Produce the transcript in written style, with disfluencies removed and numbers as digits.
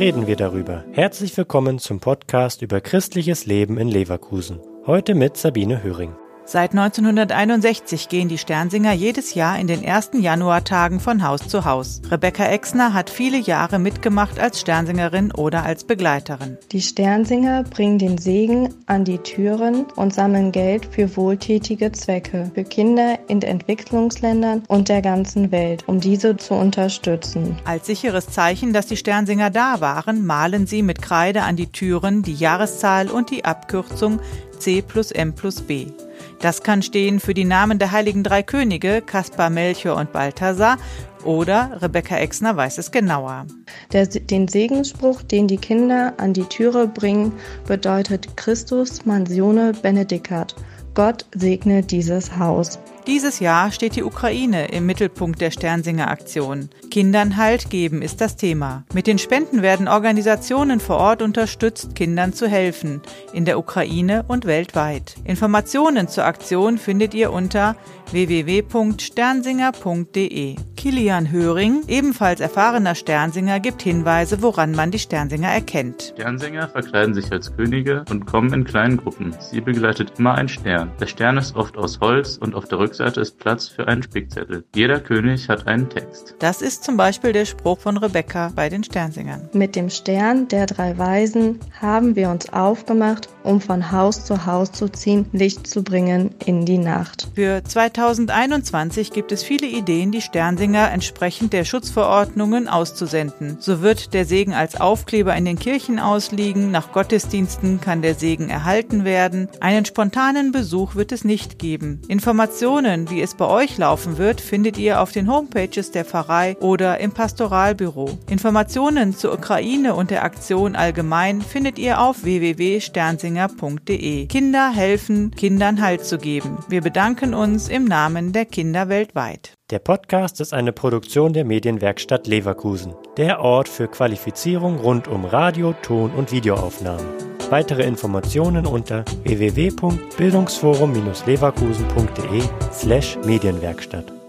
reden wir darüber. Herzlich willkommen zum Podcast über christliches Leben in Leverkusen. Heute mit Sabine Höring. Seit 1961 gehen die Sternsinger jedes Jahr in den ersten Januartagen von Haus zu Haus. Rebecca Exner hat viele Jahre mitgemacht als Sternsingerin oder als Begleiterin. Die Sternsinger bringen den Segen an die Türen und sammeln Geld für wohltätige Zwecke, für Kinder in Entwicklungsländern und der ganzen Welt, um diese zu unterstützen. Als sicheres Zeichen, dass die Sternsinger da waren, malen sie mit Kreide an die Türen die Jahreszahl und die Abkürzung C+M+B. Das kann stehen für die Namen der heiligen drei Könige, Kaspar, Melchior und Balthasar, oder Rebecca Exner weiß es genauer. Den Segensspruch, den die Kinder an die Türe bringen, bedeutet Christus mansione benedicat. Gott segne dieses Haus. Dieses Jahr steht die Ukraine im Mittelpunkt der Sternsinger-Aktion. Kindern Halt geben ist das Thema. Mit den Spenden werden Organisationen vor Ort unterstützt, Kindern zu helfen, in der Ukraine und weltweit. Informationen zur Aktion findet ihr unter www.sternsinger.de. Kilian Höring, ebenfalls erfahrener Sternsinger, gibt Hinweise, woran man die Sternsinger erkennt. Sternsinger verkleiden sich als Könige und kommen in kleinen Gruppen. Sie begleitet immer ein Stern. Der Stern ist oft aus Holz und auf der Rückseite ist Platz für einen Spickzettel. Jeder König hat einen Text. Das ist zum Beispiel der Spruch von Rebecca bei den Sternsingern. Mit dem Stern der drei Weisen haben wir uns aufgemacht, um von Haus zu Haus zu ziehen, Licht zu bringen in die Nacht. Für 2021 gibt es viele Ideen, die Sternsinger entsprechend der Schutzverordnungen auszusenden. So wird der Segen als Aufkleber in den Kirchen ausliegen, nach Gottesdiensten kann der Segen erhalten werden, einen spontanen Besuch wird es nicht geben. Informationen, wie es bei euch laufen wird, findet ihr auf den Homepages der Pfarrei oder im Pastoralbüro. Informationen zur Ukraine und der Aktion allgemein findet ihr auf www.sternsinger.de. Kinder helfen, Kindern Halt zu geben. Wir bedanken uns im Namen der Kinder weltweit. Der Podcast ist eine Produktion der Medienwerkstatt Leverkusen, der Ort für Qualifizierung rund um Radio-, Ton- und Videoaufnahmen. Weitere Informationen unter www.bildungsforum-leverkusen.de/Medienwerkstatt.